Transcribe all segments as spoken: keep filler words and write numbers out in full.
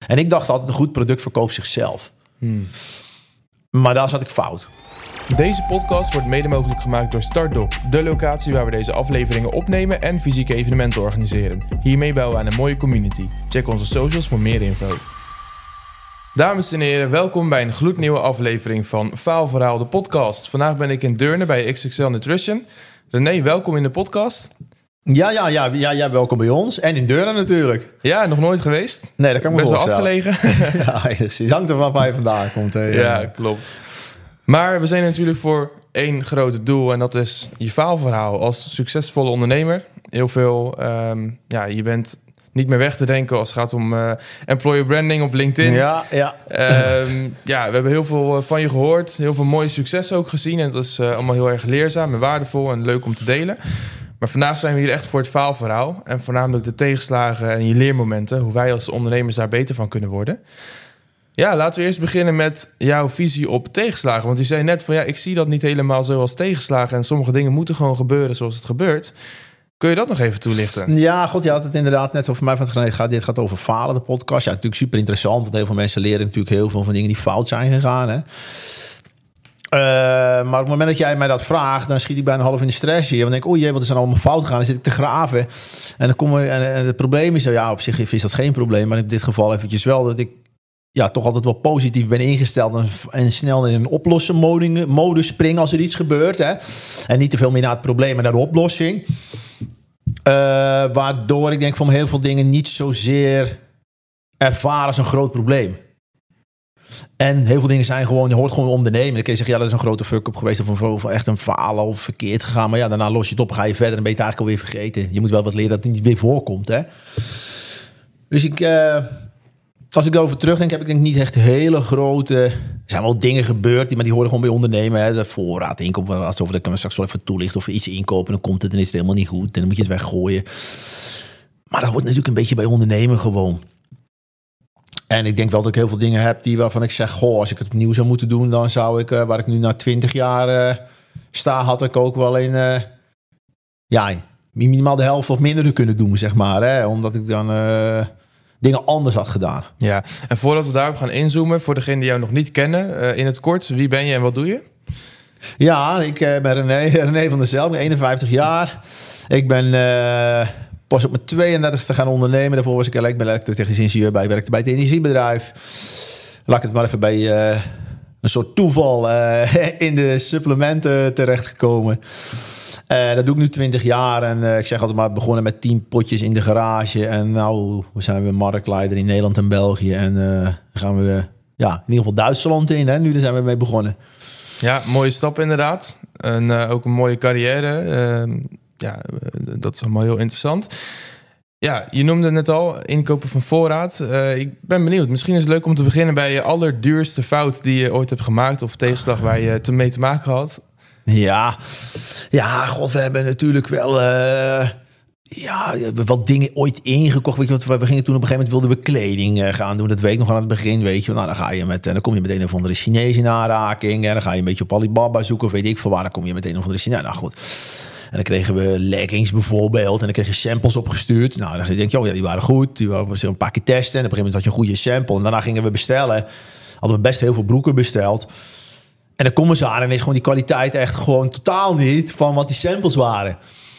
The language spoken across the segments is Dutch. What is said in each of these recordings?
En ik dacht altijd, een goed product verkoopt zichzelf. Hmm. Maar daar zat ik fout. Deze podcast wordt mede mogelijk gemaakt door Startdoc, de locatie waar we deze afleveringen opnemen en fysieke evenementen organiseren. Hiermee bouwen we aan een mooie community. Check onze socials voor meer info. Dames en heren, welkom bij een gloednieuwe aflevering van Faalverhaal, de podcast. Vandaag ben ik in Deurne bij X X L Nutrition. René, welkom in de podcast. Ja, ja, ja, ja, ja, welkom bij ons. En in Deurne natuurlijk. Ja, nog nooit geweest? Nee, dat kan ik me Best wel voorstellen. afgelegen. Ja, precies. Hangt er van waar je vandaan komt. Hè. Ja, ja, klopt. Maar we zijn natuurlijk voor één groot doel en dat is je faalverhaal als succesvolle ondernemer. Heel veel, um, ja, je bent niet meer weg te denken als het gaat om uh, employer branding op LinkedIn. Ja, ja. Um, ja, we hebben heel veel van je gehoord, heel veel mooie successen ook gezien. En dat is uh, allemaal heel erg leerzaam en waardevol en leuk om te delen. Maar vandaag zijn we hier echt voor het faalverhaal en voornamelijk de tegenslagen en je leermomenten, hoe wij als ondernemers daar beter van kunnen worden. Ja, laten we eerst beginnen met jouw visie op tegenslagen. Want je zei net van ja, ik zie dat niet helemaal zo als tegenslagen. En sommige dingen moeten gewoon gebeuren zoals het gebeurt. Kun je dat nog even toelichten? Ja, god, je had het inderdaad net over mij van het gaat. Dit gaat over falen, de podcast. Ja, natuurlijk super interessant. Want heel veel mensen leren natuurlijk heel veel van dingen die fout zijn gegaan. Hè? Uh, maar op het moment dat jij mij dat vraagt, dan schiet ik bijna half in de stress hier. Dan denk ik, oh jee, wat is er allemaal fout gegaan? Dan zit ik te graven. En dan kom ik, en, en het probleem is, ja, op zich is dat geen probleem. Maar in dit geval eventjes wel dat ik ja, toch altijd wel positief ben ingesteld en, en snel in een oplossen modus spring als er iets gebeurt. Hè? En niet te veel meer naar het probleem, maar naar de oplossing. Uh, waardoor ik denk van heel veel dingen niet zozeer ervaren als een groot probleem. En heel veel dingen zijn gewoon, je hoort gewoon ondernemen. Dan kun je zeggen, ja, dat is een grote fuck-up geweest of, of echt een falen of verkeerd gegaan. Maar ja, daarna los je het op, ga je verder en ben je het eigenlijk alweer vergeten. Je moet wel wat leren dat het niet weer voorkomt. Hè? Dus ik... Uh, Als ik erover terugdenk, heb ik denk niet echt hele grote... Er zijn wel dingen gebeurd, die, maar die horen gewoon bij ondernemen. Hè. De voorraad, inkoop, dat kunnen we straks wel even toelichten. Of iets inkopen, dan komt het en is het helemaal niet goed. En dan moet je het weggooien. Maar dat hoort natuurlijk een beetje bij ondernemen gewoon. En ik denk wel dat ik heel veel dingen heb die waarvan ik zeg... Goh, als ik het opnieuw zou moeten doen, dan zou ik... Uh, waar ik nu na twintig jaar uh, sta, had ik ook wel in... Uh, ja, minimaal de helft of minder kunnen doen, zeg maar. Hè. Omdat ik dan... Uh, dingen anders had gedaan. Ja, en voordat we daarop gaan inzoomen, voor degenen die jou nog niet kennen, uh, in het kort, wie ben je en wat doe je? Ja, ik uh, ben René, René van der Zijl, ik ben eenenvijftig jaar. Ik ben uh, pas op mijn tweeëndertigste gaan ondernemen. Daarvoor was ik, ik ben elektrotechnisch ingenieur bij, ik werkte bij het energiebedrijf. Laat ik het maar even bij uh, een soort toeval uh, in de supplementen terechtgekomen. Uh, dat doe ik nu twintig jaar en uh, ik zeg altijd maar begonnen met tien potjes in de garage. En nou, we zijn we marktleider in Nederland en België. En uh, dan gaan we uh, ja, in ieder geval Duitsland in. Hè? Nu daar zijn we mee begonnen. Ja, mooie stap inderdaad. En uh, ook een mooie carrière. Uh, ja, uh, dat is allemaal heel interessant. Ja, je noemde net al, inkopen van voorraad. Uh, ik ben benieuwd. Misschien is het leuk om te beginnen bij je allerduurste fout die je ooit hebt gemaakt. Of tegenslag waar je te mee te maken had. Ja, ja, god, we hebben natuurlijk wel, uh, ja, we hebben wat dingen ooit ingekocht. Weet je wat, we gingen toen op een gegeven moment wilden we kleding uh, gaan doen. Dat weet ik nog aan het begin, weet je. Nou, dan ga je met, uh, dan kom je meteen een of andere Chinees in aanraking. En dan ga je een beetje op Alibaba zoeken, of weet ik veel waar. Dan kom je meteen een of andere Chinees. Nou, goed. En dan kregen we leggings bijvoorbeeld. En dan kreeg je samples opgestuurd. Nou, dan denk je, oh ja, die waren goed. Die waren een paar keer testen. En op een gegeven moment had je een goede sample. En daarna gingen we bestellen. Hadden we best heel veel broeken besteld. En dan komen ze aan en is gewoon die kwaliteit echt gewoon totaal niet van wat die samples waren.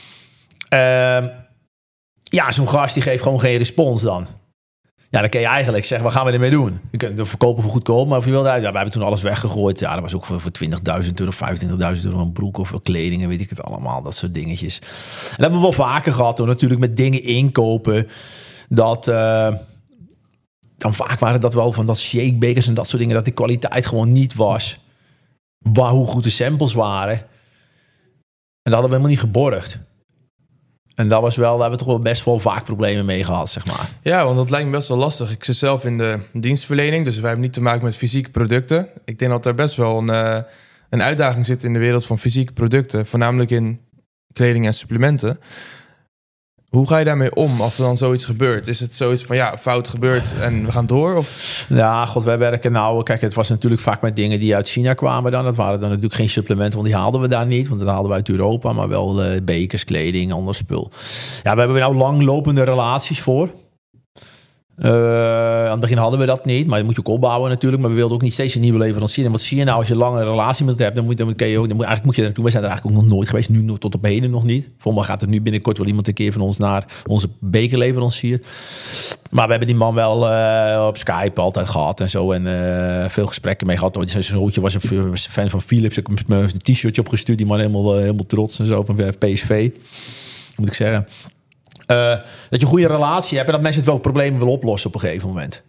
Uh, ja, zo'n gast die geeft gewoon geen respons dan. Ja, dan kun je eigenlijk zeggen, wat gaan we ermee doen? Je kunt het verkopen voor goedkoop, maar of je wilde uit. Ja, we hebben toen alles weggegooid. Ja, dat was ook voor, voor twintigduizend euro, vijfentwintigduizend euro een broek of kleding en weet ik het allemaal. Dat soort dingetjes. En dat hebben we wel vaker gehad hoor. Natuurlijk met dingen inkopen. Dat... Uh, dan vaak waren dat wel van dat shakebakers en dat soort dingen. Dat die kwaliteit gewoon niet was. Waar, hoe goed de samples waren. En dat hadden we helemaal niet geborgd. En dat was wel, daar hebben we toch wel best wel vaak problemen mee gehad, zeg maar. Ja, want dat lijkt me best wel lastig. Ik zit zelf in de dienstverlening, dus wij hebben niet te maken met fysieke producten. Ik denk dat er best wel een, uh, een uitdaging zit in de wereld van fysieke producten. Voornamelijk in kleding en supplementen. Hoe ga je daarmee om als er dan zoiets gebeurt? Is het zoiets van, ja, fout gebeurt en we gaan door? Of? Ja, god, wij werken nou... Kijk, het was natuurlijk vaak met dingen die uit China kwamen dan. Dat waren dan natuurlijk geen supplementen, want die haalden we daar niet. Want dat haalden we uit Europa, maar wel uh, bekers, kleding, ander spul. Ja, we hebben nou langlopende relaties voor. Uh, aan het begin hadden we dat niet, maar je moet je ook opbouwen natuurlijk. Maar we wilden ook niet steeds een nieuwe leverancier. En wat zie je nou als je lange relatie met hebt? Dan moet, dan moet je ook, dan moet, eigenlijk moet je er naartoe. Wij zijn er eigenlijk ook nog nooit geweest, nu tot op heden nog niet. Volgens mij gaat er nu binnenkort wel iemand een keer van ons naar onze bekerleverancier. Maar we hebben die man wel uh, op Skype altijd gehad en zo. En uh, veel gesprekken mee gehad. Zijn zoontje was een, was een fan van Philips. Ik heb hem een t-shirtje opgestuurd. Die man helemaal, uh, helemaal trots en zo van P S V. Moet ik zeggen. Uh, dat je een goede relatie hebt en dat mensen het wel problemen willen oplossen op een gegeven moment.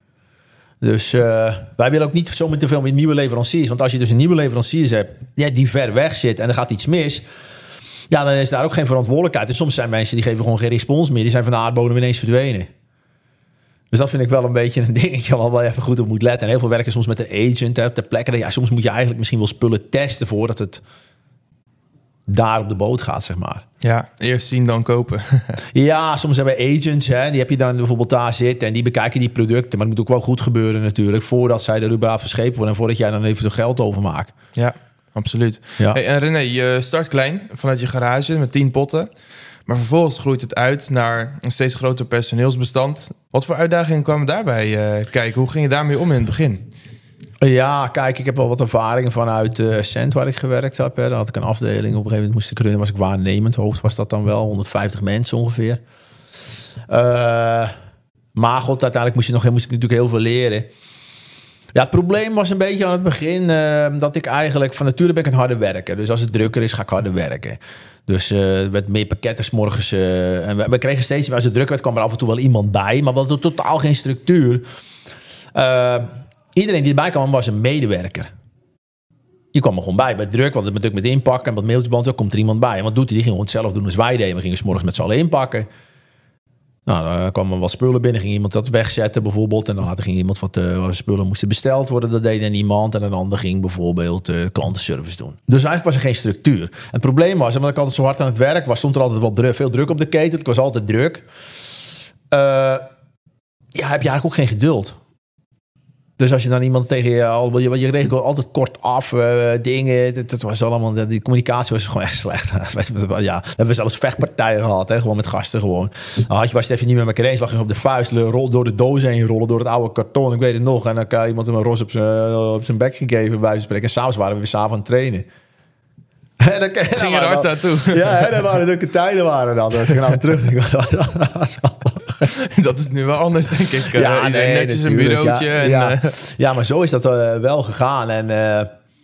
Dus uh, wij willen ook niet zo met te veel met nieuwe leveranciers. Want als je dus een nieuwe leveranciers hebt ja, die ver weg zit en er gaat iets mis, ja, dan is daar ook geen verantwoordelijkheid. En soms zijn mensen die geven gewoon geen respons meer. Die zijn van de aardbodem ineens verdwenen. Dus dat vind ik wel een beetje een dingetje waar wel even goed op moet letten. En heel veel werken soms met een agent hè, ter plekke. Ja, soms moet je eigenlijk misschien wel spullen testen voordat het daar op de boot gaat, zeg maar. Ja, eerst zien dan kopen. Ja, soms hebben we agents, hè, die heb je dan bijvoorbeeld daar zitten en die bekijken die producten. Maar het moet ook wel goed gebeuren natuurlijk, voordat zij er überhaupt verscheept worden en voordat jij dan even geld overmaakt. Ja, absoluut. Ja. Hey, en René, je start klein vanuit je garage met tien potten. Maar vervolgens groeit het uit naar een steeds groter personeelsbestand. Wat voor uitdagingen kwamen daarbij uh, kijken? Hoe ging je daarmee om in het begin? Ja, kijk, ik heb wel wat ervaringen vanuit uh, Cent waar ik gewerkt heb. Hè. Daar had ik een afdeling. Op een gegeven moment moest ik runnen, was ik waarnemend hoofd. Was dat dan wel honderdvijftig mensen ongeveer. Uh, maar god, uiteindelijk moest, je nog, moest ik natuurlijk heel veel leren. Ja, het probleem was een beetje aan het begin uh, dat ik eigenlijk van nature ben ik een harde werker. Dus als het drukker is, ga ik harder werken. Dus uh, er werd meer pakketten 's morgens. Uh, en we, we kregen steeds, als het druk werd, kwam er af en toe wel iemand bij. Maar we hadden totaal geen structuur. Uh, Iedereen die erbij kwam was een medewerker. Je kwam er gewoon bij, bij druk, want het natuurlijk met inpakken en wat mailtjesband, dan komt er iemand bij. En wat doet hij? Die ging gewoon hetzelfde doen als wij deden. We gingen 's morgens met z'n allen inpakken. Nou, dan kwamen wat spullen binnen, ging iemand dat wegzetten bijvoorbeeld. En dan later ging iemand wat uh, spullen moesten besteld worden, dat deed dan iemand. En een ander ging bijvoorbeeld uh, klantenservice doen. Dus eigenlijk was er geen structuur. En het probleem was, omdat ik altijd zo hard aan het werk was, stond er altijd wat druk, veel druk op de keten. Het was altijd druk. Uh, ja, heb je eigenlijk ook geen geduld. Dus als je dan iemand tegen je al, je, je regelt altijd kort af uh, dingen. Dat, dat was allemaal, die communicatie was gewoon echt slecht. Ja, we hebben zelfs vechtpartijen gehad, hè, gewoon met gasten gewoon. Dan had je was het even niet met elkaar eens, lag je op de vuist, rol door de doos heen rollen, door het oude karton. Ik weet het nog. En dan had iemand hem een ros op zijn, op zijn bek gegeven bij spreken. En s'avonds waren we weer s'avonds aan het trainen. En dan ging je er hard naartoe. Ja, hè, dat waren leuke tijden waren dan. Als ik nou terug dat is nu wel anders, denk ik. Ja, uh, nee, netjes een bureautje. Ja, en, ja. Uh... ja, maar zo is dat uh, wel gegaan. En uh,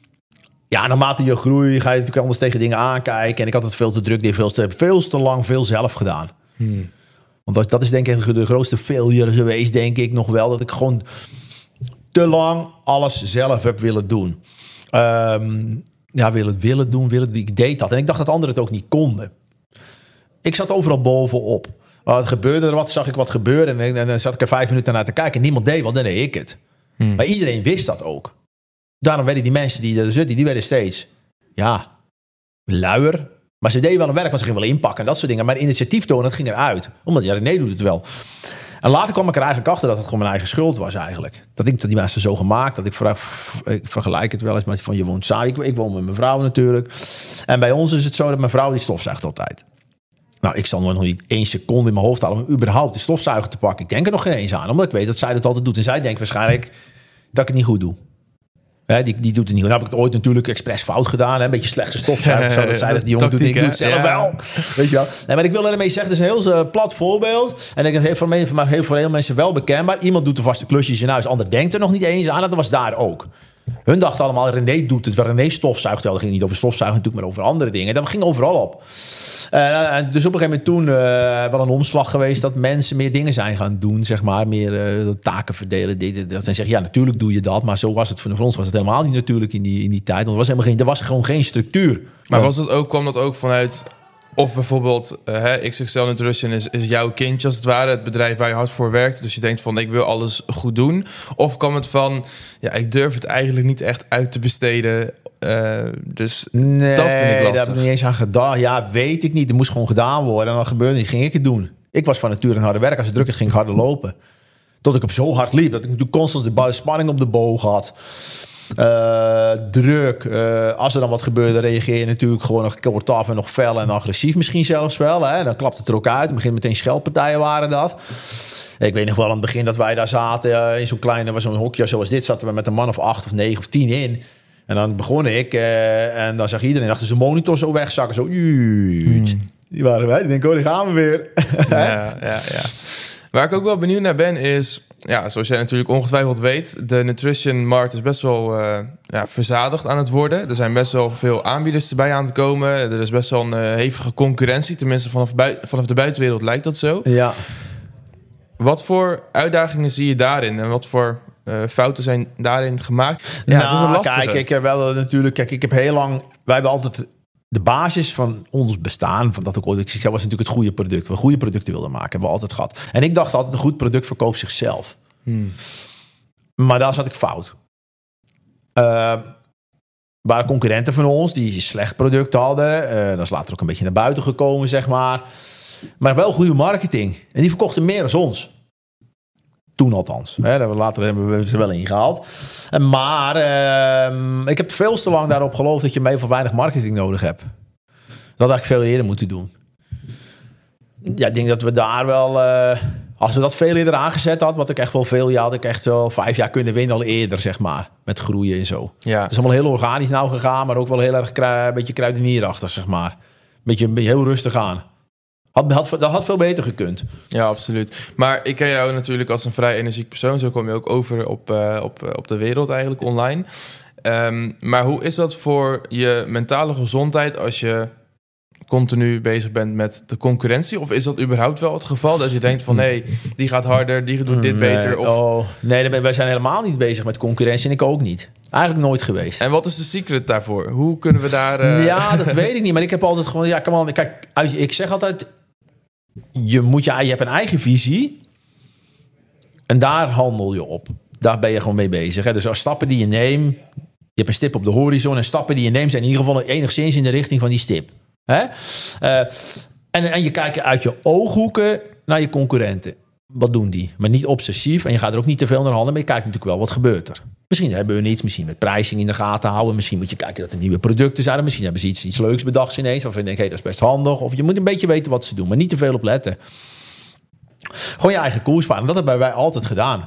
ja, naarmate je groeit, ga je natuurlijk anders tegen dingen aankijken. En ik had het veel te druk, die veel te, veel te lang veel zelf gedaan. Hmm. Want dat, dat is denk ik de grootste failure geweest, denk ik nog wel. Dat ik gewoon te lang alles zelf heb willen doen. Um, ja, willen, willen doen, willen, ik deed dat. En ik dacht dat anderen het ook niet konden. Ik zat overal bovenop. Uh, het gebeurde er wat, zag ik wat gebeuren. En, en dan zat ik er vijf minuten naar te kijken. Niemand deed wat, dan deed ik het. Hmm. Maar iedereen wist dat ook. Daarom werden die mensen die er zitten, die werden steeds, ja, luier. Maar ze deden wel een werk, want ze gingen wel inpakken en dat soort dingen. Maar initiatief tonen, dat ging eruit. Omdat, ja, René doet het wel. En later kwam ik er eigenlijk achter dat het gewoon mijn eigen schuld was eigenlijk. Dat ik dat die mensen zo gemaakt, dat ik, ver, ik vergelijk het wel eens met van je woont saai. Ik, ik woon met mijn vrouw natuurlijk. En bij ons is het zo dat mijn vrouw die stofzuigt altijd. Nou, ik zal nog niet één seconde in mijn hoofd halen om überhaupt de stofzuiger te pakken. Ik denk er nog geen eens aan, omdat ik weet dat zij dat altijd doet. En zij denkt waarschijnlijk dat ik het niet goed doe. Hè, die, die doet het niet goed. Nou heb ik het ooit natuurlijk expres fout gedaan. Hè? Een beetje slechte stofzuiger. Zo dat zij dat die jongen doet. Ik doe het zelf ja. wel. Weet je wel. Nee, maar ik wil ermee zeggen, het is een heel uh, plat voorbeeld. En ik denk dat heel veel, heel veel mensen wel bekendbaar. Iemand doet de vaste klusjes in huis. Ander denkt er nog niet eens aan. Dat was daar ook. Hun dachten allemaal, René doet het. René stofzuigt wel. Dat ging niet over stofzuigen natuurlijk, maar over andere dingen. Dat ging overal op. Uh, dus op een gegeven moment toen uh, wel een omslag geweest dat mensen meer dingen zijn gaan doen, zeg maar, meer uh, taken verdelen. Dit, dat. En zeggen, ja, natuurlijk doe je dat, maar zo was het voor ons was het helemaal niet natuurlijk in die, in die tijd. Want er was helemaal geen, er was gewoon geen structuur. Maar was het ook, kwam dat ook vanuit, of bijvoorbeeld, uh, X X L Nutrition is, is jouw kindje als het ware, het bedrijf waar je hard voor werkt. Dus je denkt van, ik wil alles goed doen. Of kwam het van, ja, ik durf het eigenlijk niet echt uit te besteden. Uh, dus nee, dat vind ik lastig. daar heb ik niet eens aan gedacht. Ja, weet ik niet. Het moest gewoon gedaan worden. En dan gebeurde niet. Ging ik het doen. Ik was van nature een harde werk. Als het druk is, ging ik harder lopen. Tot ik op zo hard liep. Dat ik natuurlijk constant de spanning op de boog had. Uh, druk. Uh, als er dan wat gebeurt, dan reageer je natuurlijk gewoon nog kort af en nog fel en agressief misschien zelfs wel. Hè? Dan klapt het er ook uit. Het begint meteen scheldpartijen waren dat. Ik weet nog wel aan het begin dat wij daar zaten uh, in zo'n kleine, was zo'n hokje zoals dit, zaten we met een man of acht of negen of tien in. En dan begon ik uh, en dan zag iedereen achter zijn monitor zo wegzakken. Zo, hmm. Die waren wij. Die denken, oh, die gaan we weer. ja, ja, ja. Waar ik ook wel benieuwd naar ben is, ja, zoals jij natuurlijk ongetwijfeld weet, de nutrition-markt is best wel uh, ja, verzadigd aan het worden. Er zijn best wel veel aanbieders erbij aan te komen. Er is best wel een uh, hevige concurrentie. Tenminste, vanaf, bui- vanaf de buitenwereld lijkt dat zo. Ja. Wat voor uitdagingen zie je daarin? En wat voor uh, fouten zijn daarin gemaakt? Ja, nou, het is een lastige. Kijk, ik heb wel natuurlijk, kijk, ik heb heel lang, wij hebben altijd de basis van ons bestaan, van dat ook ooit, ik was natuurlijk het goede product. We goede producten wilden maken, hebben we altijd gehad. En ik dacht altijd, een goed product verkoopt zichzelf. Hmm. Maar daar zat ik fout. Uh, waren concurrenten van ons die een slecht product hadden. Uh, dat is later ook een beetje naar buiten gekomen, zeg maar. Maar wel goede marketing. En die verkochten meer dan ons. Toen althans. Hè, later hebben we ze wel ingehaald. Maar uh, ik heb veel te lang daarop geloofd dat je mee voor weinig marketing nodig hebt. Dat had ik veel eerder moeten doen. Ja, ik denk dat we daar wel... Uh, als we dat veel eerder aangezet hadden, wat ik echt wel veel... Ja, had ik echt wel vijf jaar kunnen winnen al eerder, zeg maar. Met groeien en zo. Ja. Het is allemaal heel organisch nou gegaan, maar ook wel heel erg krui, een beetje kruidenierachtig, zeg maar. Beetje, een beetje heel rustig aan. Had, had, dat had veel beter gekund. Ja, absoluut. Maar ik ken jou natuurlijk als een vrij energiek persoon. Zo kom je ook over op, uh, op, op de wereld eigenlijk online. Um, maar hoe is dat voor je mentale gezondheid als je continu bezig bent met de concurrentie? Of is dat überhaupt wel het geval? Dat je denkt van, nee, die gaat harder, die doet dit nee, beter? Of... Oh, nee, wij zijn helemaal niet bezig met concurrentie en ik ook niet. Eigenlijk nooit geweest. En wat is de secret daarvoor? Hoe kunnen we daar... Uh... Ja, dat weet ik niet. Maar ik heb altijd gewoon... Ja, come on, kijk, ik zeg altijd... Je, moet je, je hebt een eigen visie. En daar handel je op. Daar ben je gewoon mee bezig. Hè? Dus als stappen die je neemt... Je hebt een stip op de horizon. En stappen die je neemt zijn in ieder geval enigszins in de richting van die stip. Hè? Uh, en, en je kijkt uit je ooghoeken naar je concurrenten. Wat doen die? Maar niet obsessief. En je gaat er ook niet te veel naar handen. Maar je kijkt natuurlijk wel wat gebeurt er. Misschien hebben we niets. Misschien met pricing in de gaten houden. Misschien moet je kijken dat er nieuwe producten zijn. Misschien hebben ze iets, iets leuks bedacht ineens. Waarvan je denkt, hé, hey, dat is best handig. Of je moet een beetje weten wat ze doen. Maar niet te veel op letten. Gewoon je eigen koers varen. Dat hebben wij altijd gedaan.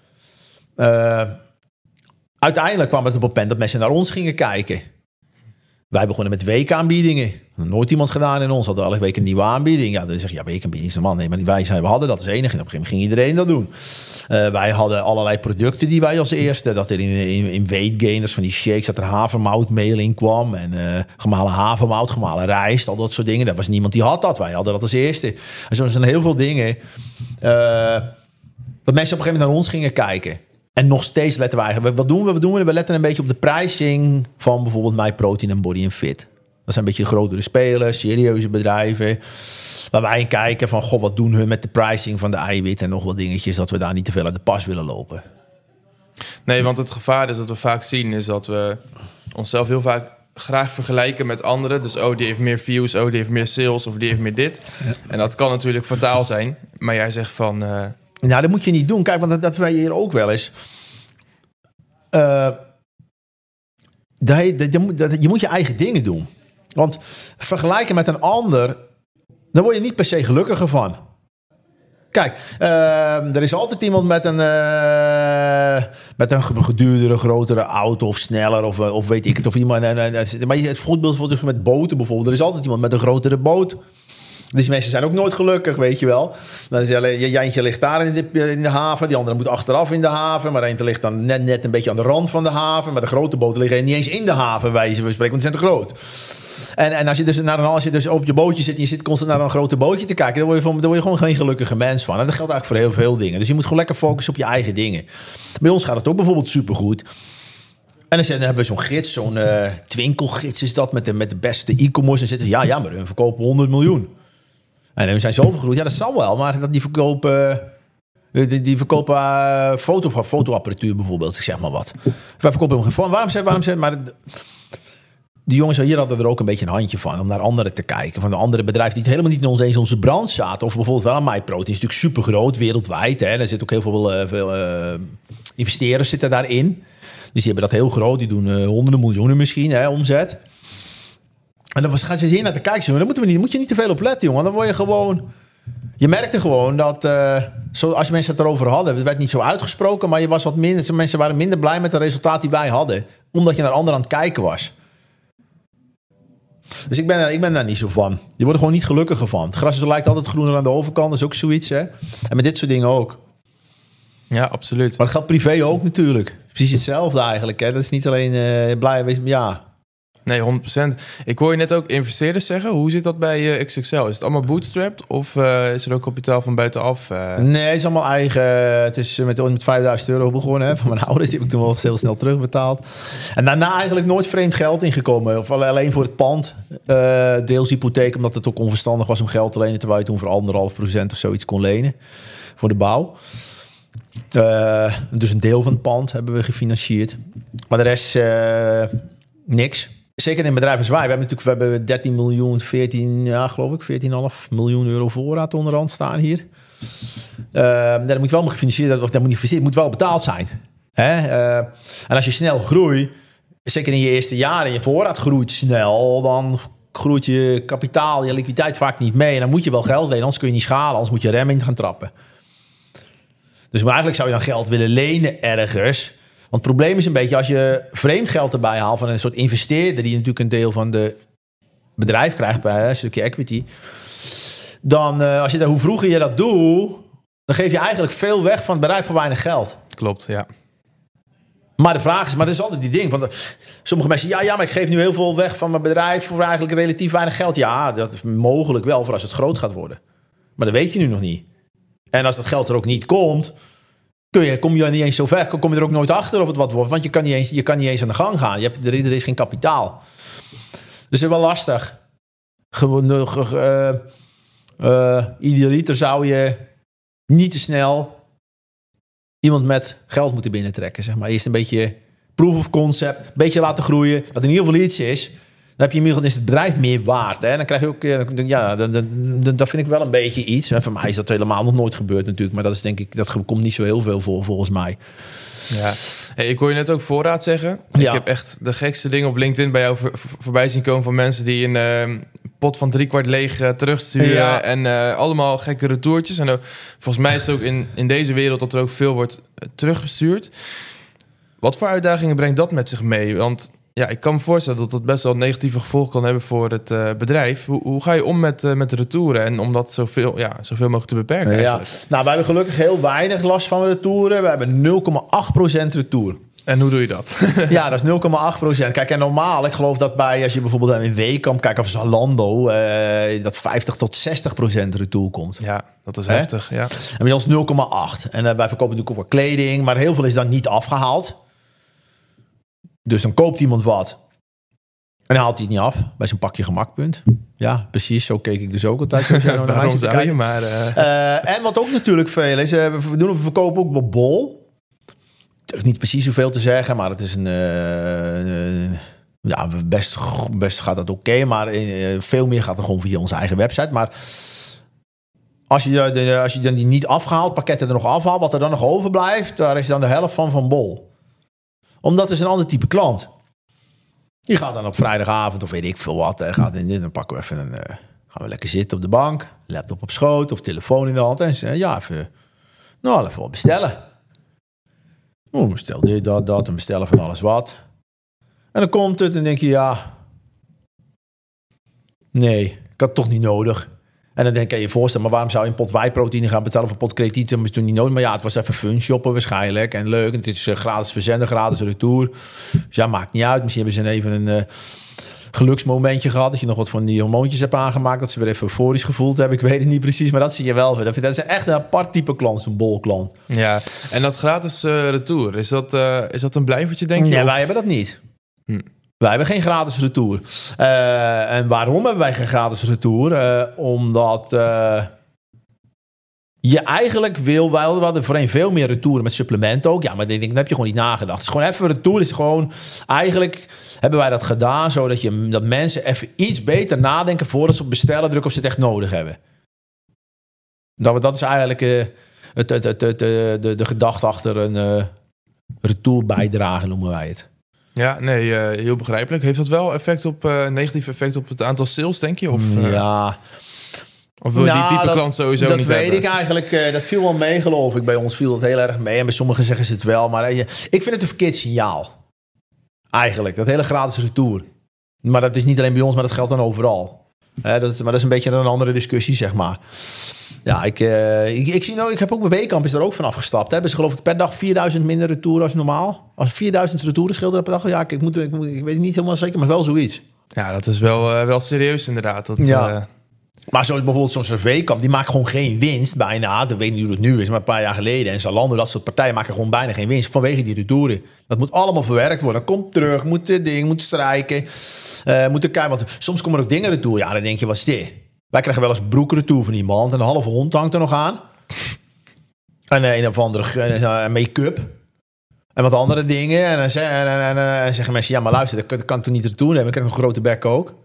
Uh, uiteindelijk kwam het op het punt dat mensen naar ons gingen kijken. Wij begonnen met weekaanbiedingen. Nooit iemand gedaan in ons. Hadden alle weken een nieuwe aanbieding. Ja, dan zeg je, ja, weekaanbieding is de man. Nee, maar wij zijn, we hadden dat als enige. En op een gegeven moment ging iedereen dat doen. Uh, wij hadden allerlei producten die wij als eerste... dat er in, in, in weightgainers van die shakes... dat er havermoutmeel in kwam. En uh, gemalen havermout, gemalen rijst. Al dat soort dingen. Dat was niemand die had dat. Wij hadden dat als eerste. En zo zijn heel veel dingen... Uh, dat mensen op een gegeven moment naar ons gingen kijken. En nog steeds letten wij eigenlijk... Wat doen we? Wat doen we? We letten een beetje op de pricing... van bijvoorbeeld MyProtein en Body and Fit. Dat zijn een beetje de grotere spelers, serieuze bedrijven. Waar wij in kijken van... Goh, wat doen hun met de pricing van de eiwit... en nog wat dingetjes... dat we daar niet te veel uit de pas willen lopen. Nee, want het gevaar is dat we vaak zien... is dat we onszelf heel vaak graag vergelijken met anderen. Dus, oh, die heeft meer views, oh, die heeft meer sales... of die heeft meer dit. Ja. En dat kan natuurlijk fataal zijn. Maar jij zegt van... Uh... Nou, dat moet je niet doen. Kijk, want dat, dat wij hier ook wel eens... Uh, dat, dat, dat, dat, je moet je eigen dingen doen. Want vergelijken met een ander... daar word je niet per se gelukkiger van. Kijk, uh, er is altijd iemand met een... Uh, met een geduurdere, grotere auto... of sneller, of, of weet ik het. Of iemand, uh, uh, maar het voorbeeld met boten bijvoorbeeld... er is altijd iemand met een grotere boot... Dus mensen zijn ook nooit gelukkig, weet je wel. Dan is alleen, je Jantje ligt daar in de, in de haven. Die andere moet achteraf in de haven. Maar eentje ligt dan net, net een beetje aan de rand van de haven. Maar de grote boten liggen niet eens in de haven, wijze we spreken. Want die zijn te groot. En, en als, je dus naar een, als je dus op je bootje zit... en je zit constant naar een grote bootje te kijken... dan word je, van, dan word je gewoon geen gelukkige mens van. En dat geldt eigenlijk voor heel veel dingen. Dus je moet gewoon lekker focussen op je eigen dingen. Bij ons gaat het ook bijvoorbeeld supergoed. En dan hebben we zo'n gids, zo'n uh, twinkelgids is dat... met de, met de beste e-commerce. En zitten ja, ja, maar we verkopen honderd miljoen. En we zijn zo vergroeid. Ja, dat zal wel, maar dat die verkopen... Die, die verkopen uh, foto, fotoapparatuur bijvoorbeeld, ik zeg maar wat. Wij verkopen hem gewoon. Waarom zeg waarom zeg maar... Die jongens hier hadden er ook een beetje een handje van... om naar anderen te kijken. Van de andere bedrijven die helemaal niet in ons, eens onze branche zaten. Of bijvoorbeeld wel aan MyProtein. Die is natuurlijk super groot wereldwijd. Hè. Er zitten ook heel veel, uh, veel uh, investeerders zitten daarin. Dus die hebben dat heel groot. Die doen uh, honderden miljoenen misschien, hè, omzet. En dan gaan ze hier naar te kijken. Daar moeten we niet, moet je niet te veel op letten, jongen. Dan word je gewoon... Je merkte gewoon dat... Uh, zo, als mensen het erover hadden... Het werd niet zo uitgesproken, maar je was wat minder... Mensen waren minder blij met het resultaat die wij hadden. Omdat je naar anderen aan het kijken was. Dus ik ben, ik ben daar niet zo van. Je wordt er gewoon niet gelukkiger van. Het gras is, lijkt altijd groener aan de overkant. Dat is ook zoiets, hè. En met dit soort dingen ook. Ja, absoluut. Maar het geldt privé ook natuurlijk. Precies hetzelfde eigenlijk, hè. Dat is niet alleen uh, blij wezen, ja... Nee, honderd procent. Ik hoor je net ook investeerders zeggen. Hoe zit dat bij uh, X X L? Is het allemaal bootstrapped of uh, is er ook kapitaal van buitenaf? Uh... Nee, het is allemaal eigen. Het is met, met vijfduizend euro begonnen, hè, van mijn ouders. Die heb ik toen wel heel snel terugbetaald. En daarna eigenlijk nooit vreemd geld ingekomen. Of alleen voor het pand. Uh, deels hypotheek, omdat het ook onverstandig was om geld te lenen. Terwijl je toen voor anderhalf procent of zoiets kon lenen. Voor de bouw. Uh, dus een deel van het pand hebben we gefinancierd. Maar de rest uh, niks. Zeker in een bedrijf als wij. We hebben natuurlijk we hebben dertien miljoen, veertien, ja, geloof ik, veertien komma vijf miljoen euro voorraad onderhand staan hier. Uh, dat moet wel gefinancierd worden, of dat moet niet gefinancierd, moet wel betaald zijn. Hè? Uh, en als je snel groeit, zeker in je eerste jaren, en je voorraad groeit snel, dan groeit je kapitaal, je liquiditeit vaak niet mee. En dan moet je wel geld lenen, anders kun je niet schalen, anders moet je rem in gaan trappen. Dus eigenlijk zou je dan geld willen lenen ergens. Want het probleem is een beetje, als je vreemd geld erbij haalt van een soort investeerder, die natuurlijk een deel van de bedrijf krijgt bij een stukje equity, dan uh, als je dat, hoe vroeger je dat doet, dan geef je eigenlijk veel weg van het bedrijf voor weinig geld. Klopt, ja. Maar de vraag is, maar dat is altijd die ding. Van de, sommige mensen, ja, ja, maar ik geef nu heel veel weg van mijn bedrijf voor eigenlijk relatief weinig geld. Ja, dat is mogelijk wel voor als het groot gaat worden. Maar dat weet je nu nog niet. En als dat geld er ook niet komt, kun je, kom je niet eens zo ver, kom je er ook nooit achter of het wat wordt. Want je kan niet eens, je kan niet eens aan de gang gaan. Je hebt, er, er is geen kapitaal. Dus het is wel lastig. Gewoon, uh, uh, idealiter zou je niet te snel iemand met geld moeten binnentrekken. Zeg maar. Eerst een beetje proof of concept, een beetje laten groeien. Dat in ieder geval iets is. Dan heb je inmiddels is het bedrijf meer waard. Hè? Dan krijg je ook, ja, dan, dan, dan, dat vind ik wel een beetje iets. En voor mij is dat helemaal nog nooit gebeurd natuurlijk. Maar dat is denk ik, dat komt niet zo heel veel voor volgens mij. Ja, hey, ik hoor je net ook voorraad zeggen. Ja. Ik heb echt de gekste dingen op LinkedIn bij jou voor, voor, voorbij zien komen van mensen die een uh, pot van driekwart leeg uh, terugsturen. Ja. En uh, allemaal gekke retourtjes. En uh, volgens mij is het ook in, in deze wereld dat er ook veel wordt uh, teruggestuurd. Wat voor uitdagingen brengt dat met zich mee? Want ja, ik kan me voorstellen dat dat best wel negatieve gevolgen kan hebben voor het uh, bedrijf. Hoe, hoe ga je om met, uh, met de retouren en om dat zoveel, ja, zoveel mogelijk te beperken? Ja. Nou, wij hebben gelukkig heel weinig last van retouren. We hebben nul komma acht procent retour. En hoe doe je dat? Ja, dat is nul komma acht procent. Kijk, en normaal, ik geloof dat bij, als je bijvoorbeeld naar een Weekamp kijkt of Zalando, uh, dat vijftig tot zestig procent retour komt. Ja, dat is He? heftig. Ja. En bij ons nul komma acht. En uh, wij verkopen natuurlijk ook wel kleding, maar heel veel is dan niet afgehaald. Dus dan koopt iemand wat en dan haalt hij het niet af bij zijn pakje gemakpunt. Ja, precies. Zo keek ik dus ook altijd. Waarom zou je maar... Uh... Uh, en wat ook natuurlijk veel is, uh, we, doen, we verkopen ook wel bol. Ik durf niet precies zoveel te zeggen, maar het is een... Uh, uh, ja, best, best gaat dat oké, okay, maar uh, veel meer gaat er gewoon via onze eigen website. Maar als je, de, als je dan die niet afgehaald pakketten er nog afhaalt, wat er dan nog overblijft, daar is dan de helft van van bol. Omdat het is een ander type klant. Die gaat dan op vrijdagavond of weet ik veel wat. Hè, gaat in dit, dan pakken we even een... Uh, gaan we lekker zitten op de bank. Laptop op schoot of telefoon in de hand. En zeggen, ja, even... Nou, even wat bestellen. Oh, bestel dit, dat, dat. En bestellen van alles wat. En dan komt het en denk je, ja... Nee, ik had het toch niet nodig. En dan denk je je voorstellen, maar waarom zou je een pot wijproteïne gaan betalen of een pot creatine? Dat is toen niet nodig. Maar ja, het was even fun shoppen waarschijnlijk. En leuk. En het is uh, gratis verzenden, gratis retour. Dus ja, maakt niet uit. Misschien hebben ze even een uh, geluksmomentje gehad. Dat je nog wat van die hormoontjes hebt aangemaakt. Dat ze weer even euforisch gevoeld hebben. Ik weet het niet precies, maar dat zie je wel. Dat is echt een apart type klant, zo'n bolklant. Ja, en dat gratis uh, retour, is dat, uh, is dat een blijvertje, denk je? Nee, of? wij hebben dat niet. Hm. Wij hebben geen gratis retour. Uh, en waarom hebben wij geen gratis retour? Uh, omdat uh, je eigenlijk wil... Wij hadden voorheen veel meer retouren met supplementen ook. Ja, maar dan heb je gewoon niet nagedacht. Het is gewoon even retour. Is gewoon, eigenlijk hebben wij dat gedaan... zodat je, dat mensen even iets beter nadenken... voordat ze op bestellen drukken of ze het echt nodig hebben. Dat, dat is eigenlijk uh, het, het, het, het, de, de gedachte achter een... Uh, retourbijdrage noemen wij het. Ja, nee, uh, heel begrijpelijk. Heeft dat wel effect op uh, negatief effect op het aantal sales, denk je? Of, uh, ja. Of wil je nou, die type dat, klant sowieso dat niet weet hebben? ik eigenlijk. Uh, dat viel wel mee, geloof ik. Bij ons viel dat heel erg mee. En bij sommigen zeggen ze het wel. Maar uh, ik vind het een verkeerd signaal. Eigenlijk. Dat hele gratis retour. Maar dat is niet alleen bij ons, maar dat geldt dan overal. Uh, dat, maar dat is een beetje een andere discussie, zeg maar. Ja, ik, uh, ik, ik zie nou, ik heb ook bij Weekamp is daar ook van afgestapt. Hebben ze geloof ik per dag vierduizend minder retour als normaal. Als vierduizend retouren schilderen per dag. Ja, ik, ik, moet, ik, moet, ik weet het niet helemaal zeker, maar wel zoiets. Ja, dat is wel, uh, wel serieus inderdaad. Dat, ja. Uh... Maar zoals bijvoorbeeld zo'n Weekamp, die maakt gewoon geen winst bijna. Ik weet niet hoe het nu is, maar een paar jaar geleden. En Zalando, dat soort partijen maken gewoon bijna geen winst vanwege die retouren. Dat moet allemaal verwerkt worden. Komt terug, moet dit ding, moet strijken. Uh, moet kijken, want soms komen er ook dingen retour. Ja, dan denk je, wat is dit? Wij krijgen wel eens broekretour van iemand en een halve hond hangt er nog aan. En een of andere uh, make-up. En wat andere dingen. En dan zeggen, en, en, en, en zeggen mensen, ja, maar luister, dat kan toch niet retour nemen? Ik krijg een grote bek ook.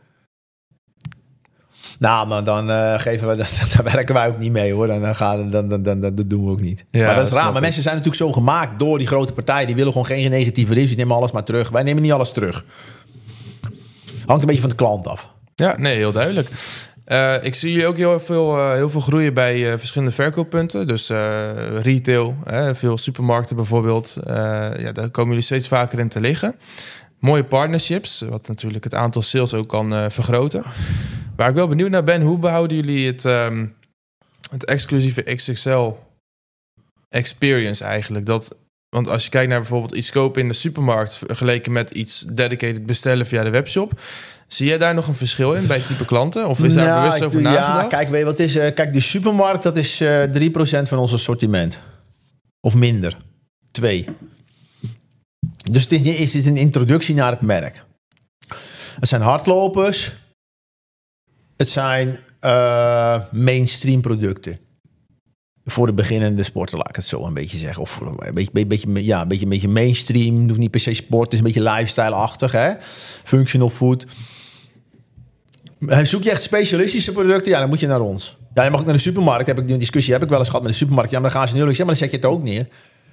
Nou, maar dan uh, geven we dat, daar werken wij ook niet mee, hoor. Dan, gaan, dan, dan, dan, dan, dat doen we ook niet. Ja, maar dat is raar. Maar ik. Mensen zijn natuurlijk zo gemaakt door die grote partijen. Die willen gewoon geen negatieve reviews. Die nemen alles maar terug. Wij nemen niet alles terug. Hangt een beetje van de klant af. Ja, nee, heel duidelijk. Uh, ik zie jullie ook heel veel, uh, heel veel groeien bij uh, verschillende verkooppunten. Dus uh, retail, hè, veel supermarkten bijvoorbeeld. Uh, ja, daar komen jullie steeds vaker in te liggen. Mooie partnerships, wat natuurlijk het aantal sales ook kan uh, vergroten. Waar ik wel benieuwd naar ben, hoe behouden jullie het, um, het exclusieve X X L experience eigenlijk? Dat, want als je kijkt naar bijvoorbeeld iets kopen in de supermarkt vergeleken met iets dedicated bestellen via de webshop, zie jij daar nog een verschil in bij het type klanten? Of is daar nou, bewust over nagedacht? Ja, kijk, weet je wat is? Uh, kijk, die supermarkt, dat is uh, drie procent van ons assortiment. Of minder. twee. Dus het is, het is een introductie naar het merk. Het zijn hardlopers. Het zijn uh, mainstream producten. Voor de beginnende sporter, laat ik het zo een beetje zeggen. Of een beetje, beetje, ja, een beetje, een beetje mainstream. Het hoeft niet per se sport, het is een beetje lifestyle-achtig. Hè? Functional food. Zoek je echt specialistische producten? Ja, dan moet je naar ons. Ja, je mag ook naar de supermarkt. Heb ik die discussie heb ik wel eens gehad met de supermarkt. Ja, maar dan gaan ze nu. Ik zeg, maar dan zet je het ook neer.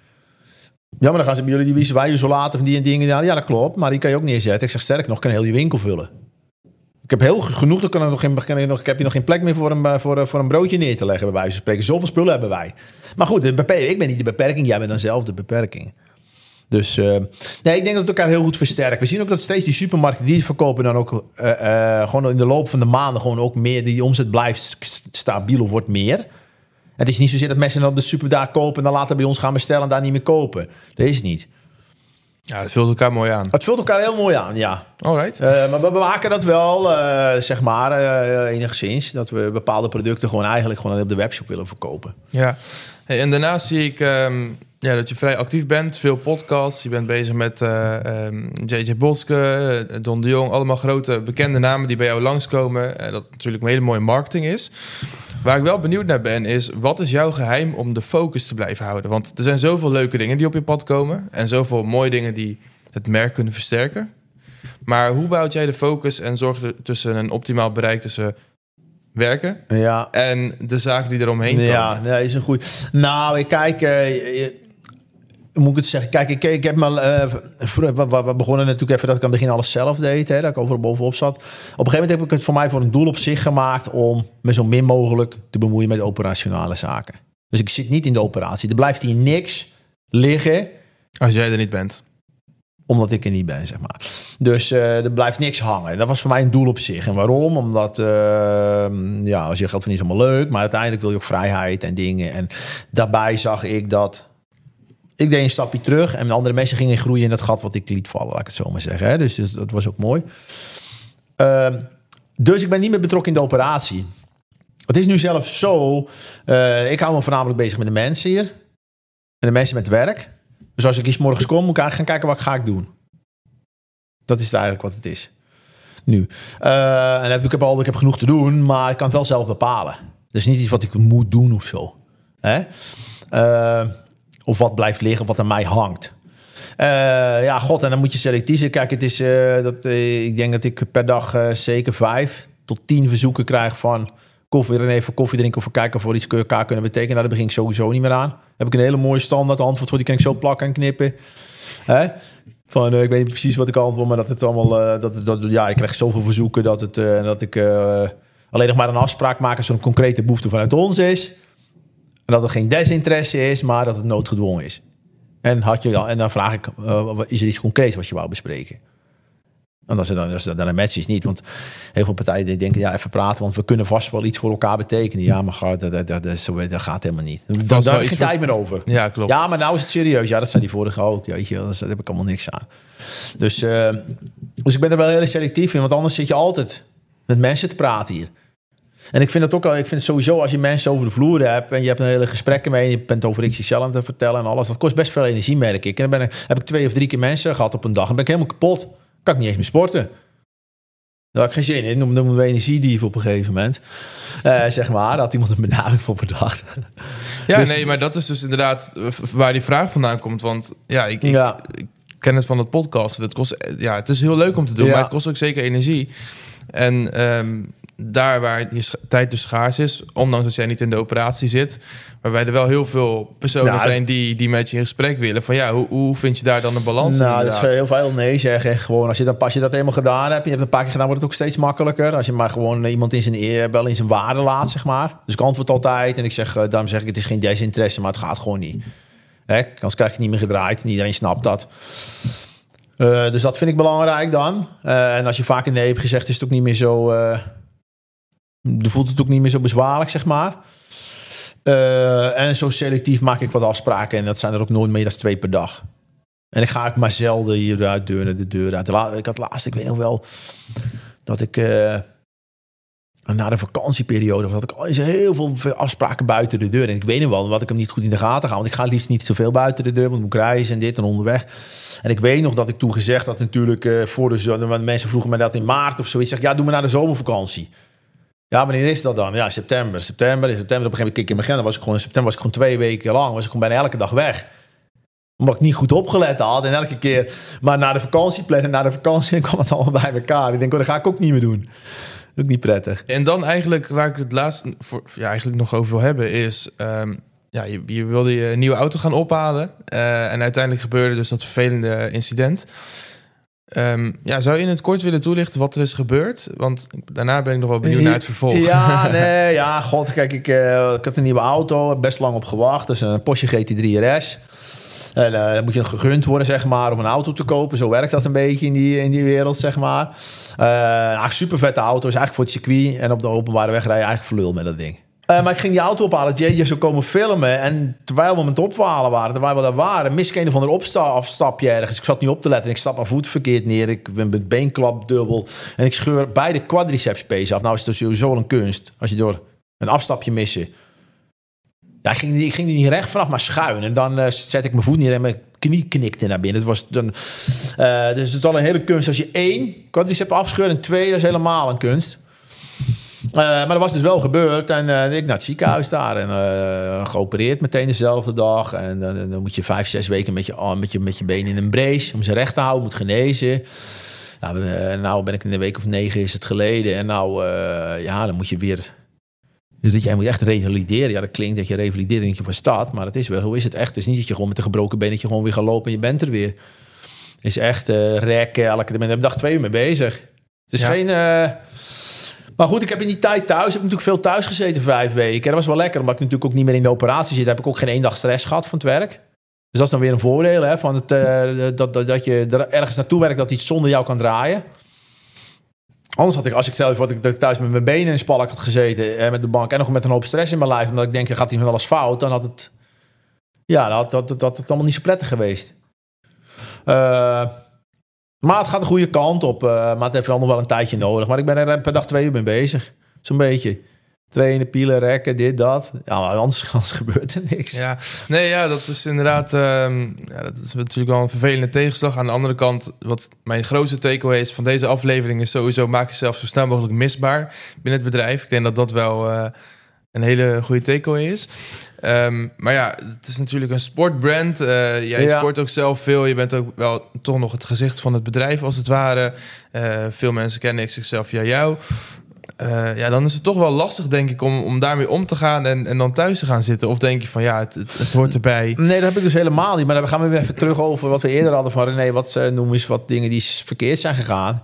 Ja, maar dan gaan ze bij jullie die wiezen wij isolaten van die en dingen. Ja, dat klopt. Maar die kan je ook neerzetten. Ik zeg, sterk nog, kan heel je winkel vullen. Ik heb heel genoeg, dan kan er nog geen, kan er nog, ik heb je nog geen plek meer voor een, voor, voor een broodje neer te leggen, bij wijze van spreken. Zoveel spullen hebben wij. Maar goed, de beperking, ik ben niet de beperking, jij bent dan zelf de beperking. Dus uh, nee, ik denk dat het elkaar heel goed versterkt. We zien ook dat steeds die supermarkten die verkopen dan ook uh, uh, gewoon in de loop van de maanden gewoon ook meer, die omzet blijft stabiel of wordt meer. Het is niet zozeer dat mensen dan op de super daar kopen en dan later bij ons gaan bestellen en daar niet meer kopen. Dat is niet. Ja, het vult elkaar mooi aan. Het vult elkaar heel mooi aan, ja. Alright. Uh, maar we maken dat wel, uh, zeg maar, uh, enigszins. Dat we bepaalde producten gewoon eigenlijk gewoon op de webshop willen verkopen. Ja, hey, en daarnaast zie ik um, ja, dat je vrij actief bent. Veel podcasts. Je bent bezig met uh, um, J J Boske, Don de Jong. Allemaal grote bekende namen die bij jou langskomen. Uh, dat natuurlijk een hele mooie marketing is. Waar ik wel benieuwd naar ben is, wat is jouw geheim om de focus te blijven houden? Want er zijn zoveel leuke dingen die op je pad komen. En zoveel mooie dingen die het merk kunnen versterken. Maar hoe behoud jij de focus en zorg er tussen een optimaal bereik tussen werken ja. en de zaken die eromheen komen? Ja, dat is een goed. Nou, ik kijk... Uh, je, moet ik het zeggen? Kijk, ik, ik heb maar... Uh, we, we begonnen natuurlijk even dat ik aan het begin alles zelf deed. Hè, dat ik overal bovenop zat. Op een gegeven moment heb ik het voor mij voor een doel op zich gemaakt om me zo min mogelijk te bemoeien met operationele zaken. Dus ik zit niet in de operatie. Er blijft hier niks liggen. Als jij er niet bent. Omdat ik er niet ben, zeg maar. Dus uh, er blijft niks hangen. Dat was voor mij een doel op zich. En waarom? Omdat, uh, ja, als je geld verdient is allemaal leuk. Maar uiteindelijk wil je ook vrijheid en dingen. En daarbij zag ik dat... Ik deed een stapje terug en andere mensen gingen groeien in dat gat wat ik liet vallen, laat ik het zo maar zeggen. Hè? Dus, dus dat was ook mooi. Uh, dus ik ben niet meer betrokken in de operatie. Het is nu zelfs zo... Uh, ik hou me voornamelijk bezig met de mensen hier. En de mensen met werk. Dus als ik hier 's morgens kom, moet ik eigenlijk gaan kijken wat ga ik doen. Dat is eigenlijk wat het is. Nu. Uh, en ik heb, al, ik heb genoeg te doen, maar ik kan het wel zelf bepalen. Dat is niet iets wat ik moet doen of zo. Hè? Uh, of wat blijft liggen, of wat aan mij hangt. Uh, ja, god, en dan moet je selectief zijn. Kijk, het is, uh, dat, uh, ik denk dat ik per dag uh, zeker vijf tot tien verzoeken krijg van koffie en even koffie drinken of kijken of we iets elkaar kunnen betekenen. Nou, daar begin ik sowieso niet meer aan. Heb ik een hele mooie standaard antwoord voor, die kan ik zo plakken en knippen. Hè? Van, uh, ik weet niet precies wat ik antwoord, maar dat het allemaal... Uh, dat, dat, ja, ik krijg zoveel verzoeken dat, het, uh, dat ik uh, alleen nog maar een afspraak maak als er een concrete behoefte vanuit ons is. En dat er geen desinteresse is, maar dat het noodgedwongen is. En, had je, en dan vraag ik, uh, is er iets concreets wat je wou bespreken? En als er dan, als er dan een match is, niet. Want heel veel partijen denken, ja, even praten, want we kunnen vast wel iets voor elkaar betekenen. Ja, maar dat, dat, dat, dat, dat gaat helemaal niet. Dan daar heb ik geen tijd meer over. Ja, klopt. Ja, maar nou is het serieus. Ja, dat zijn die vorige ook. Weet je, daar heb ik allemaal niks aan. Dus, uh, dus ik ben er wel heel selectief in, want anders zit je altijd met mensen te praten hier. En ik vind het ook al, ik vind het sowieso als je mensen over de vloer hebt en je hebt een hele gesprekken mee en je bent over X X L aan te vertellen en alles, dat kost best veel energie, merk ik. En dan ben ik, heb ik twee of drie keer mensen gehad op een dag en ben ik helemaal kapot. Kan ik niet eens meer sporten. Daar had ik geen zin in. Noem noem me energiedief op een gegeven moment. Uh, zeg maar, daar had iemand een benaming voor bedacht. Ja, dus, nee, maar dat is dus inderdaad waar die vraag vandaan komt. Want ja, ik, ik, ja. ik ken het van het podcast. Het kost, ja, het is heel leuk om te doen, ja. maar het kost ook zeker energie. En um, daar waar je sch- tijd dus schaars is, ondanks dat jij niet in de operatie zit, waarbij er wel heel veel personen nou, zijn die, die met je in gesprek willen. Van ja, hoe, hoe vind je daar dan een balans nou, in? Nou, dat is heel veel nee zeggen. Gewoon als je dat, als je dat eenmaal gedaan hebt, je hebt het een paar keer gedaan, wordt het ook steeds makkelijker. Als je maar gewoon iemand in zijn eer, wel in zijn waarde laat, zeg maar. Dus ik antwoord altijd en ik zeg, uh, daarom zeg ik, het is geen desinteresse, maar het gaat gewoon niet. Hè? Anders krijg je het niet meer gedraaid en iedereen snapt dat. Uh, dus dat vind ik belangrijk dan. Uh, en als je vaak een nee hebt gezegd, is het ook niet meer zo... Uh, dan voelt het ook niet meer zo bezwaarlijk, zeg maar. Uh, en zo selectief maak ik wat afspraken. En dat zijn er ook nooit meer dan twee per dag. En ik ga ook maar zelden hieruit deur naar de deur uit. Ik had laatst, ik weet nog wel, dat ik... Uh, na de vakantieperiode had ik al eens heel veel afspraken buiten de deur. En ik weet nog wel, wat ik hem niet goed in de gaten ga. Want ik ga liefst niet zoveel buiten de deur, want ik moet reizen en dit en onderweg. En ik weet nog dat ik toen gezegd had natuurlijk uh, voor de zomer. Want mensen vroegen me dat in maart of zoiets. Ik zeg, ja, doe maar naar de zomervakantie. Ja, wanneer is dat dan? Ja, september. September, in september, op een gegeven moment kijk ik in mijn agenda. Was ik gewoon in september was ik gewoon twee weken lang. Was ik gewoon bijna elke dag weg. Omdat ik niet goed opgelet had. En elke keer maar naar de vakantie plannen. Na de vakantie kwam het allemaal bij elkaar. Ik denk, oh, dat ga ik ook niet meer doen. Ook niet prettig. En dan eigenlijk, waar ik het laatst voor, ja, eigenlijk nog over wil hebben, is... Um, ja, je, je wilde je nieuwe auto gaan ophalen. Uh, en uiteindelijk gebeurde dus dat vervelende incident. Um, ja, zou je in het kort willen toelichten wat er is gebeurd? Want daarna ben ik nog wel benieuwd naar het vervolg. Ja, nee, ja, god, kijk, ik, uh, ik had een nieuwe auto, best lang op gewacht. Dus een Porsche G T drie R S. En uh, dan moet je nog gegund worden, zeg maar, om een auto te kopen. Zo werkt dat een beetje in die, in die wereld, zeg maar. Uh, nou, super vette auto, is eigenlijk voor het circuit. En op de openbare weg rij je eigenlijk verlul met dat ding. Uh, maar ik ging die auto ophalen, J J zou komen filmen. En terwijl we met het ophalen waren, terwijl we daar waren, mis ik een of ander opstapje ergens. Ik zat niet op te letten en ik stap mijn voet verkeerd neer. Ik ben met beenklap dubbel. En ik scheur beide quadriceps pees af. Nou is het sowieso een kunst, als je door een afstapje missen. Ja, ik ging, ik ging niet recht vanaf, maar schuin. En dan uh, zet ik mijn voet neer en mijn knie knikte naar binnen. Het was dan, uh, dus het is al een hele kunst. Als je één quadriceps afscheurt en twee, dat is helemaal een kunst. Uh, maar dat was dus wel gebeurd. En uh, ik naar het ziekenhuis daar. En uh, geopereerd meteen dezelfde dag. En uh, dan moet je vijf, zes weken met je, met je, met je benen in een brace. Om ze recht te houden, moet genezen. Nou, uh, nou ben ik in een week of negen is het geleden. En nou, uh, ja, dan moet je weer... Dus jij moet echt revalideren. Ja, dat klinkt dat je revalideert en dat je van staat. Maar het is wel, hoe is het echt? Het is niet dat je gewoon met een gebroken been... dat je gewoon weer gaat lopen en je bent er weer. Het is echt uh, rekken. Elke, ik ben er dag twee uur mee bezig. Het is ja. geen... Uh, maar goed, ik heb in die tijd thuis... heb ik natuurlijk veel thuis gezeten, vijf weken. En dat was wel lekker, omdat ik natuurlijk ook niet meer in de operatie zit. Heb ik ook geen één dag stress gehad van het werk. Dus dat is dan weer een voordeel, hè? Van het, uh, dat, dat, dat je er ergens naartoe werkt... dat iets zonder jou kan draaien. Anders had ik, als ik zelf wat ik thuis met mijn benen in spalk had gezeten... Eh, met de bank en nog met een hoop stress in mijn lijf... omdat ik denk, er gaat hier wel eens fout... dan had het... Ja, dan had, dat, dat, dat het allemaal niet zo prettig geweest. Uh, maar het gaat de goede kant op. Uh, maar het heeft wel nog wel een tijdje nodig. Maar ik ben er per dag twee uur mee bezig. Zo'n beetje. Trainen, pielen, rekken, dit, dat. Ja, maar anders, anders gebeurt er niks. Ja, nee, ja, dat is inderdaad... Um, ja, dat is natuurlijk wel een vervelende tegenslag. Aan de andere kant, wat mijn grootste takeaway is van deze aflevering... is sowieso, maak jezelf zo snel mogelijk misbaar binnen het bedrijf. Ik denk dat dat wel uh, een hele goede takeaway is. Um, maar ja, het is natuurlijk een sportbrand. Uh, jij ja. sport ook zelf veel. Je bent ook wel toch nog het gezicht van het bedrijf, als het ware. Uh, veel mensen kennen ik zichzelf via jou. Uh, ja, dan is het toch wel lastig, denk ik, om, om daarmee om te gaan en, en dan thuis te gaan zitten. Of denk je van, ja, het, het, het hoort erbij. Nee, dat heb ik dus helemaal niet. Maar dan gaan we weer even terug over wat we eerder hadden van René. Wat uh, noem eens wat dingen die verkeerd zijn gegaan.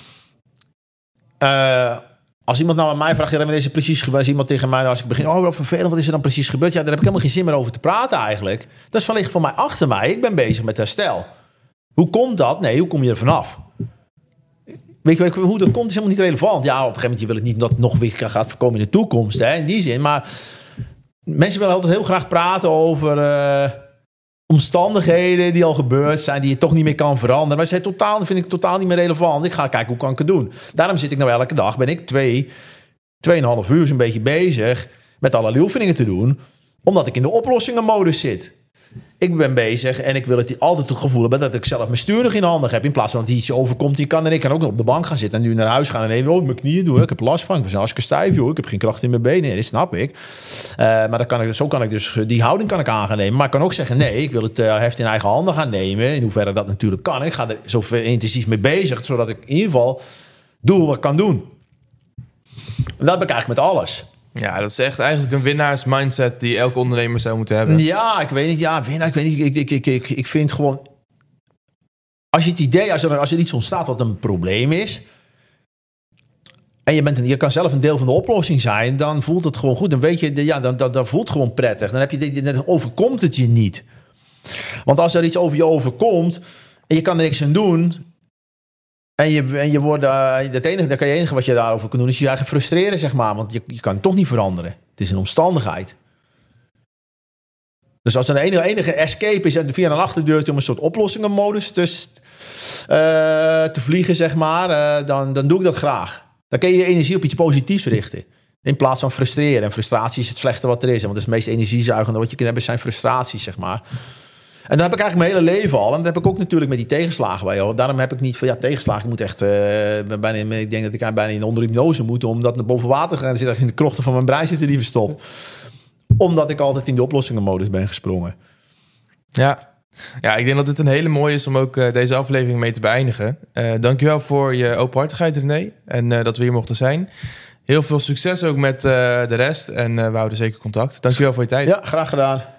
Uh, als iemand nou aan mij vraagt, ja, wat is er precies gebeurd? Als iemand tegen mij, nou, als ik begin, oh, wat vervelend, wat is er dan precies gebeurd? Ja, daar heb ik helemaal geen zin meer over te praten eigenlijk. Dat is van ligt voor mij achter mij. Ik ben bezig met herstel. Hoe komt dat? Nee, hoe kom je er vanaf? Weet je hoe dat komt, is helemaal niet relevant. Ja, op een gegeven moment wil ik niet dat het nog weer gaat voorkomen in de toekomst. Hè, in die zin. Maar mensen willen altijd heel graag praten over uh, omstandigheden die al gebeurd zijn, die je toch niet meer kan veranderen. Maar dat totaal, vind ik totaal niet meer relevant. Ik ga kijken, hoe kan ik het doen? Daarom zit ik nou elke dag, ben ik twee, tweeënhalf uur zo'n beetje bezig met allerlei oefeningen te doen. Omdat ik in de oplossingenmodus zit. Ik ben bezig en ik wil het altijd het gevoel hebben dat ik zelf mijn stuur nog in handen heb. In plaats van dat iets overkomt, die kan en ik kan ook nog op de bank gaan zitten en nu naar huis gaan en even, oh, mijn knieën doen. Ik heb last van. Ik ben hartstikke stijf, joh. Ik heb geen kracht in mijn benen. Dat snap ik. Uh, maar dan kan ik, zo kan ik dus, die houding kan ik aan gaan nemen. Maar ik kan ook zeggen, nee, ik wil het uh, heft in eigen handen gaan nemen. In hoeverre dat natuurlijk kan. Ik ga er zo intensief mee bezig, zodat ik in ieder geval doe wat ik kan doen. En dat heb ik eigenlijk met alles. Ja, dat is echt eigenlijk een winnaarsmindset die elke ondernemer zou moeten hebben. Ja, ik weet niet. Ja, winnaar, ik weet niet. Ik, ik, ik, ik, ik vind gewoon, als je het idee, als er, als er iets ontstaat wat een probleem is, en je, bent een, je kan zelf een deel van de oplossing zijn, dan voelt het gewoon goed. Dan weet je, ja, dan, dan, dan voelt het gewoon prettig. Dan heb je, dan overkomt het je niet. Want als er iets over je overkomt en je kan er niks aan doen, En je, en je wordt, uh, het enige, dat kan je enige wat je daarover kan doen, is je eigen frustreren, zeg maar. Want je, je kan het toch niet veranderen. Het is een omstandigheid. Dus als er een enige, enige escape is en via een achterdeurtje om een soort oplossingenmodus te, uh, te vliegen, zeg maar, uh, dan, dan doe ik dat graag. Dan kun je je energie op iets positiefs richten. In plaats van frustreren. En frustratie is het slechte wat er is. Want het is het meest energiezuigende wat je kunt hebben, zijn frustraties, zeg maar. En dat heb ik eigenlijk mijn hele leven al. En dat heb ik ook natuurlijk met die tegenslagen bij jou. Daarom heb ik niet van, ja, tegenslagen. Ik moet echt, uh, bijna, ik denk dat ik bijna in onder hypnose moet, omdat naar boven water gaan. Dan zit in de krochten van mijn brein zitten die verstopt. Omdat ik altijd in de oplossingenmodus ben gesprongen. Ja. Ja, ik denk dat dit een hele mooie is om ook uh, deze aflevering mee te beëindigen. Uh, dankjewel voor je openhartigheid, René. En uh, dat we hier mochten zijn. Heel veel succes ook met uh, de rest. En uh, we houden zeker contact. Dankjewel voor je tijd. Ja, graag gedaan.